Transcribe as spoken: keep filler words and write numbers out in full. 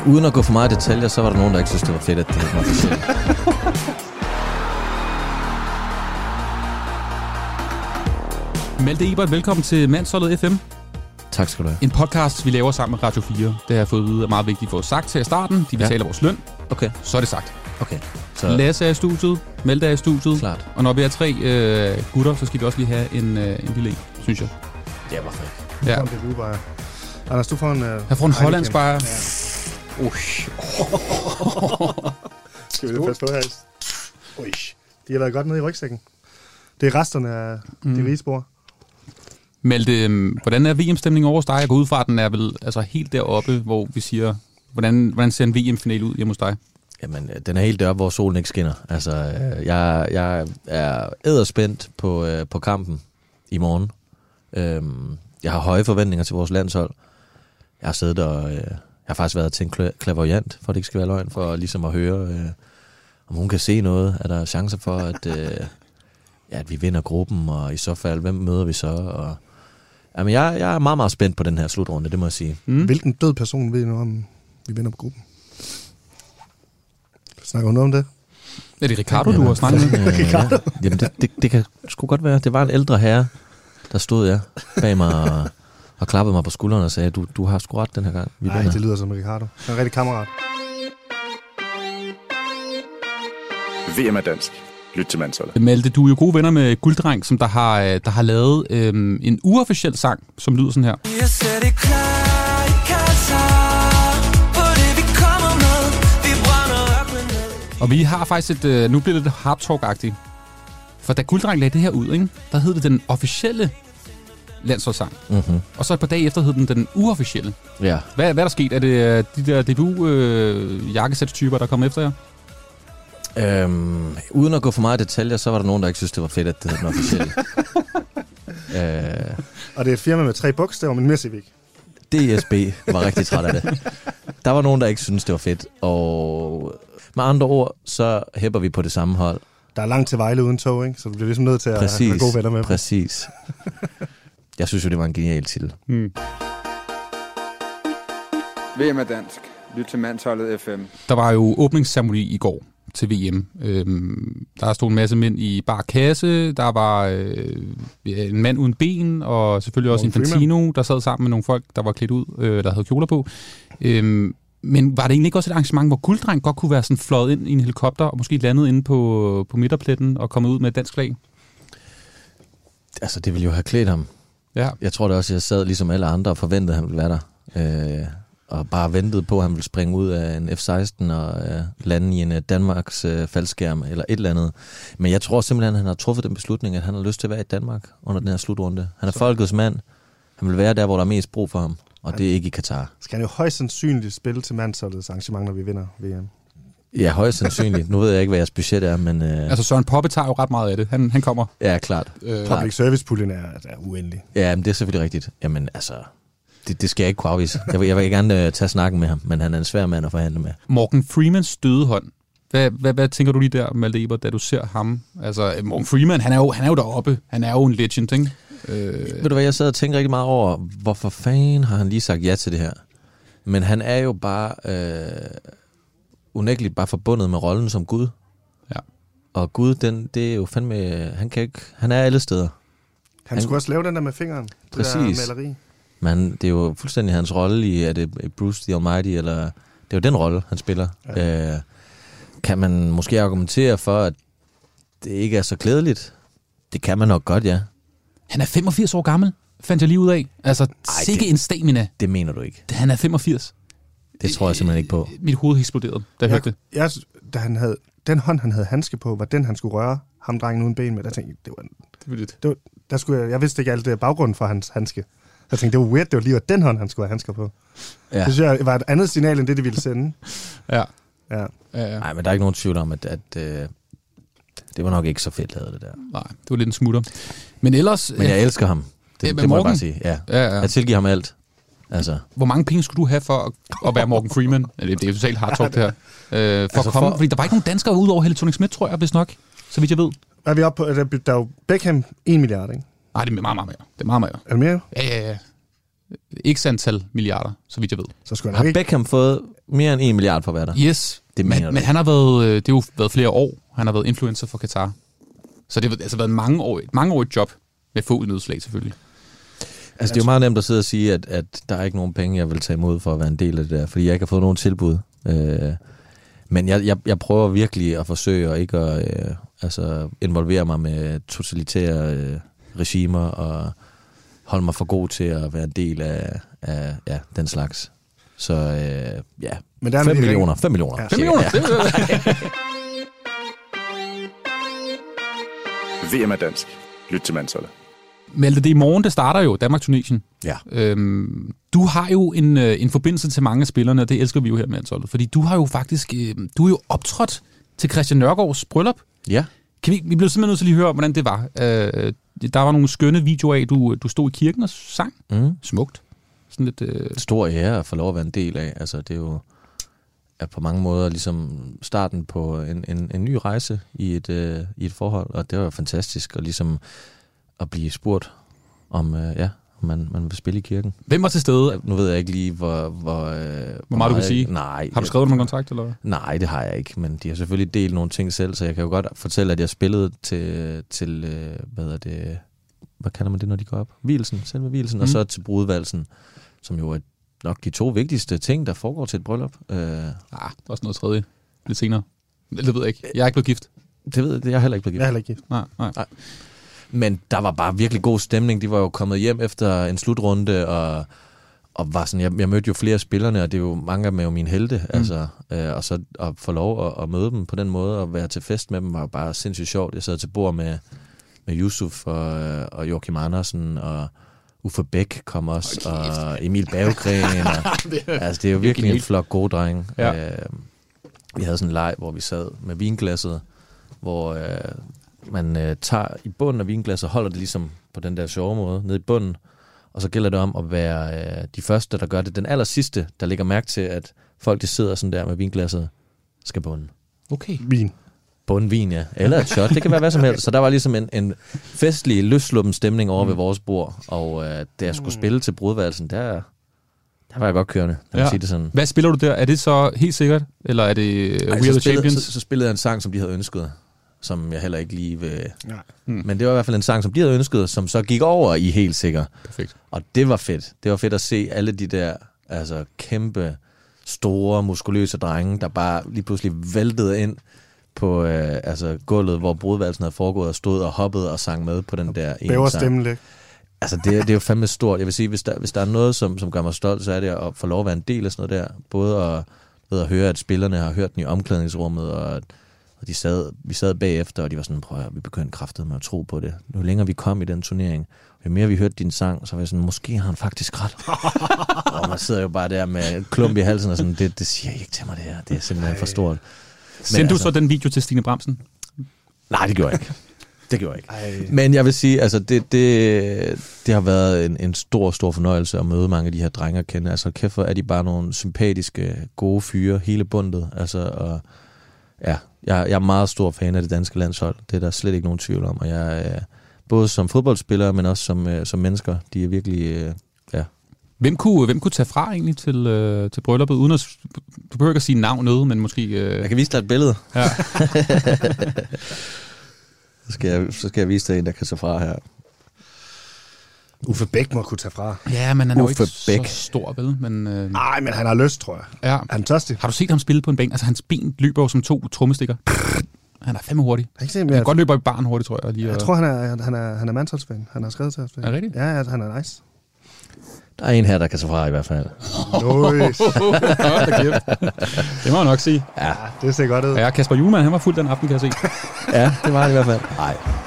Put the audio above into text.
Uden at gå for meget i detaljer, så var der nogen, der ikke synes, det var fedt, at det var officielt. Malte Ebert, velkommen til Mandsholdet F M. Tak skal du have. En podcast, vi laver sammen med Radio fire. Det har jeg fået at vide er meget vigtigt for at sagt til at starten. De betaler ja. vores løn. Okay. Så er det sagt. Okay. Så... Lasse er i studiet, Malte er i studiet. Klart. Og når vi er tre øh, gutter, så skal vi også lige have en, øh, en lille en, synes jeg. Ja, hvorfor ikke? Ja. Du får en Anders, du får en... Uh, jeg får en hollandsk bajer. Ja. Uh. Skal vi lige passe på her? Ui. De har været godt nede i rygsækken. Det er resterne af mm. de rige spor. Malte, hvordan er V M-stemningen over hos dig? Jeg går ud fra, at den er vel altså helt deroppe, hvor vi siger, hvordan, hvordan ser en V M-final ud hjemme hos dig? Jamen, den er helt deroppe, hvor solen ikke skinner. Altså, jeg, jeg er edderspændt på, på kampen i morgen. Jeg har høje forventninger til vores landshold. Jeg har siddet og... Jeg har faktisk været til en clairvoyant, for det ikke skal være løgn, for ligesom at høre, om hun kan se noget. Er der chancer for, at, ja, at vi vinder gruppen, og i så fald, hvem møder vi så? Og, jamen, jeg, jeg er meget, meget spændt på den her slutrunde, det må jeg sige. Mm. Hvilken død person ved nu, om vi vinder på gruppen? Snakker du noget om det? Er det Ricardo, du har snakket med? Ricardo? Jamen, det, det, det kan sgu godt være. Det var en ældre herre, der stod jeg bag mig og, og klappede mig på skulderen og sagde, du, du har sgu ret den her gang. Nej, det lyder som Ricardo. Han er en rigtig kammerat. V M er dansk. Lyt til Mandsholdet. Malte, du er jo gode venner med Gulddreng, som der har, der har lavet øhm, en uofficiel sang, som lyder sådan her. Jeg ser det klar i Katar, på det vi kommer med, vi brænder ørkenen ned. Og vi har faktisk et, øh, nu bliver det lidt hard talk-agtigt. For da Gulddreng lagde det her ud, ikke, der hed det den officielle landsholdssang. Mm-hmm. Og så et par dage efter hed den den uofficielle. Ja. Hvad, hvad er der sket? Er det de der D B U-jakkesætstyper, øh, der kom efter jer? Øhm, uden at gå for meget i detaljer, så var der nogen, der ikke synes, det var fedt, at det hed den officielle. øh, og det er et firma med tre bogstaver, men mere siger vi ikke. D S B var rigtig træt af det. Der var nogen, der ikke synes det var fedt. Og med andre ord, så hæpper vi på det samme hold. Der er langt til Vejle uden tog, ikke? Så du bliver ligesom nødt til at præcis, have gode venner med. Præcis. Jeg synes jo, det var en genial titel. Hmm. V M er dansk. Lyt til Mandsholdet F M. Der var jo åbningsceremoni i går til V M. Øhm, der stod en masse mænd i bar kasse, der var øh, en mand uden ben, og selvfølgelig også Morgan Infantino, Freeman, der sad sammen med nogle folk, der var klædt ud, øh, der havde kjoler på. Øhm, men var det egentlig ikke også et arrangement, hvor Gulddreng godt kunne være sådan fløjet ind i en helikopter, og måske landet inde på, på midterpletten og kommet ud med et dansk flag? Altså, det ville jo have klædt ham. Ja. Jeg tror da også, jeg sad ligesom alle andre og forventede, at han ville være der. Øh, og bare ventede på, at han ville springe ud af en F seksten og øh, lande i en uh, Danmarks øh, faldskærm eller et eller andet. Men jeg tror simpelthen, at han har truffet den beslutning, at han har lyst til at være i Danmark under den her slutrunde. Han er så folkets mand. Han vil være der, hvor der er mest brug for ham, og han, det er ikke i Katar. Skal han jo højst sandsynligt spille til mandsholdets arrangement, når vi vinder V M? Ja, højst sandsynligt. Nu ved jeg ikke, hvad jeres budget er, men... Øh... Altså Søren Poppe tager jo ret meget af det. Han, han kommer. Ja, klart. Øh, Public service-puljen er, er uendelig. Ja, men det er selvfølgelig rigtigt. Jamen, altså... Det, det skal jeg ikke kunne afvise. Jeg vil, jeg vil gerne uh, tage snakken med ham, men han er en svær mand at forhandle med. Morgan Freemans døde hånd. Hvad, hvad, hvad tænker du lige der, Malte Ebert, da du ser ham? Altså, Morgan Freeman, han er jo, han er jo deroppe. Han er jo en legend, ikke? Øh... Ved du hvad, jeg sad og tænkte rigtig meget over, hvorfor fanden har han lige sagt ja til det her? Men han er jo bare øh, unægteligt bare forbundet med rollen som Gud. Ja. Og Gud, den, det er jo fandme... Han, kan ikke, han er alle steder. Han, han skulle også lave den der med fingeren. Præcis. Det der maleri. Men det er jo fuldstændig hans rolle i, er det Bruce the Almighty, eller det er jo den rolle, han spiller. Ja. Øh, kan man måske argumentere for, at det ikke er så klædeligt? Det kan man nok godt, ja. Han er femogfirs år gammel, fandt jeg lige ud af. Altså, Ej, sikke en stamina. Det mener du ikke. Han er femogfirs. Det tror jeg simpelthen ikke på. Mit hoved eksploderede, da jeg, jeg hørte det. Jeg, da han havde, den hånd, han havde handske på, var den, han skulle røre ham drengen uden ben med. Der tænkte jeg, det var... Det var lidt. Det var, der skulle jeg, jeg vidste ikke alt det baggrunden for hans handske. Jeg tænkte, det var weird, det var lige var den hånd, han skulle have handsker på. Ja. Det synes jeg var et andet signal, end det, de ville sende. Ja. Ja. Ja, ja. Nej, men der er ikke nogen tvivl om, at, at øh, det var nok ikke så fedt lavet, det der. Nej, det var lidt en smutter. Men ellers... Men jeg øh, elsker ham. Det, øh, det må jeg bare sige. Ja. Ja, ja. Jeg tilgiver ham alt. Altså. Hvor mange penge skulle du have for at, at være Morgan Freeman? Det er jo totalt hard talk, det her. Øh, for altså at komme, for... Fordi der var ikke nogen danskere ud over Helle Thorning-Schmidt, tror jeg, hvis nok. Så vidt jeg ved. Er vi oppe på... Der er jo Beckham en milliard, ikke? Nej, det er meget, meget mere. Det er meget mere. Er det mere? Ja, ja, ja. x antal milliarder, så vidt jeg ved. Så skulle har ikke... Beckham fået mere end en milliard for at være der? Yes, det men, men han har været, det har jo været flere år. Han har været influencer for Qatar. Så det har altså været mange år, et mangeårigt job med få udslag selvfølgelig. Altså, det er jo meget nemt at sidde og sige, at, at der er ikke nogen penge, jeg vil tage imod for at være en del af det der, fordi jeg ikke har fået nogen tilbud. Øh, men jeg, jeg, jeg prøver virkelig at forsøge at ikke at øh, altså involvere mig med totalitære øh, regimer og holde mig for god til at være en del af, af ja, den slags. Så øh, ja, men der fem millioner. fem millioner. Ja. fem millioner? Ja. V M er dansk. Lyt til Mandsholdet. Malte, det i morgen, det starter jo Danmark-Tunesien. Ja. Øhm, du har jo en, en forbindelse til mange af spillerne, og det elsker vi jo her med Mandsholdet, fordi du har jo faktisk, øh, du er jo optrådt til Christian Nørgaards bryllup. Ja. Kan vi, vi blev simpelthen nødt til at lige høre, hvordan det var. Øh, der var nogle skønne videoer af, du, du stod i kirken og sang. Mm. Smukt. Sådan lidt... Øh... Stor ære at få lov at være en del af. Altså, det er jo er på mange måder ligesom starten på en, en, en ny rejse i et, øh, i et forhold, og det var fantastisk at ligesom at blive spurgt om, øh, ja, om man, man vil spille i kirken. Hvem var til stede? Nu ved jeg ikke lige, hvor... Hvor, øh, hvor, hvor meget du kan sige? Nej. Har du skrevet nogen kontrakt, eller? Nej, det har jeg ikke, men de har selvfølgelig delt nogle ting selv, så jeg kan jo godt fortælle, at jeg spillede til, til øh, hvad er det, hvad kalder man det, når de går op? Vielsen, selve vielsen, mm. og så til brudvalsen, som jo er nok de to vigtigste ting, der foregår til et bryllup. Øh, ah, der er også noget tredje lidt senere. Det ved jeg ikke. Jeg er ikke blevet gift. Det ved jeg, jeg er heller ikke blevet gift. Jeg er heller ikke gift. Nej, nej. nej. Men der var bare virkelig god stemning. De var jo kommet hjem efter en slutrunde, og, og var sådan, jeg, jeg mødte jo flere spillerne, og det er jo mange af dem er jo mine helte, mm. altså, øh, og så at få lov at, at møde dem på den måde, og være til fest med dem, var jo bare sindssygt sjovt. Jeg sad til bord med, med Yusuf og, og Joachim Andersen, og Uffe Bæk kom også, okay. og Emil Berggren. Og, det er, altså, det er jo virkelig en flok gode drenge. Ja. Øh, vi havde sådan en leg, hvor vi sad med vinglasset, hvor øh, man øh, tager i bunden af vinglasset og holder det ligesom på den der sjove måde, nede i bunden, og så gælder det om at være øh, de første, der gør det. Den aller sidste, der lægger mærke til, at folk, de sidder sådan der med vinglasset, skal bunden. Okay. Vin. Bundvin, ja. Eller et shot. Det kan være hvad som helst. Så der var ligesom en, en festlig, løsluppen stemning over mm. ved vores bord. Og øh, da jeg skulle spille til brudvalsen, der, der var jeg godt kørende. Ja. Sige det sådan. Hvad spiller du der? Er det så helt sikkert? Eller er det Ej, We Are The Champions? Så, så spillede jeg en sang, som de havde ønsket. Som jeg heller ikke lige vil... Mm. Men det var i hvert fald en sang, som de havde ønsket, som så gik over i helt sikker. Perfekt. Og det var fedt. Det var fedt at se alle de der altså, kæmpe, store, muskuløse drenge, der bare lige pludselig væltede ind på øh, altså gulvet, hvor brudvalsen havde foregået, og stod og hoppede og sang med på den og der ene sang. Stemmen lidt. Altså, det, det er jo fandme stort. Jeg vil sige, hvis der, hvis der er noget, som, som gør mig stolt, så er det at få lov at være en del af sådan noget der. Både at, ved at høre, at spillerne har hørt den i omklædningsrummet, og, og de sad, vi sad bagefter, og de var sådan, prøv at vi begyndte kraftet med at tro på det. Jo længere vi kom i den turnering, jo mere vi hørte din sang, så var jeg sådan, måske har han faktisk ret. Og man sidder jo bare der med klump i halsen, og sådan, det, det siger ikke til mig det her. Det er simpelthen for stort. Sendte du altså, så den video til Stine Bramsen? Nej, det gjorde jeg ikke. Det gjorde jeg ikke. Ej. Men jeg vil sige, altså det, det, det har været en, en stor, stor fornøjelse at møde mange af de her drenge at kende. Altså kæft, er de bare nogle sympatiske, gode fyre, hele bundet. Altså, og, ja, jeg, jeg er meget stor fan af det danske landshold. Det er der slet ikke nogen tvivl om. Og jeg er både som fodboldspiller, men også som, som mennesker. De er virkelig, ja. Hvem kunne, hvem kunne tage fra egentlig til, øh, til brylluppet, uden at... Du behøver ikke at sige navn noget, men måske... Øh... Jeg kan vise dig et billede. Ja. så, skal jeg, så skal jeg vise dig en, der kan tage fra her. Uffe Bæk må kunne tage fra. Ja, men han er Uffe jo ikke Bæk. så stor, vel? Men, øh... Nej, men han har lyst, tror jeg. Ja. Er han tørstig? Har du set ham spille på en bænk? Altså, hans ben løber jo som to trommestikker. Han er fandme hurtig. Jeg kan, se, han kan godt løbe i baren hurtigt, tror jeg. Lige jeg og... tror, han er, han er, han er mandsholdsfan. Han har skrevet til os. Er det rigtigt? Ja, ja, han er nice. Der er en her, der kan tage fra i hvert fald. Nice. Det må jeg nok sige. Ja, det ser godt ud. Ja, Kasper Hjulmand, han var fuld den aften, kan jeg se. Ja, det var det i hvert fald. Nej.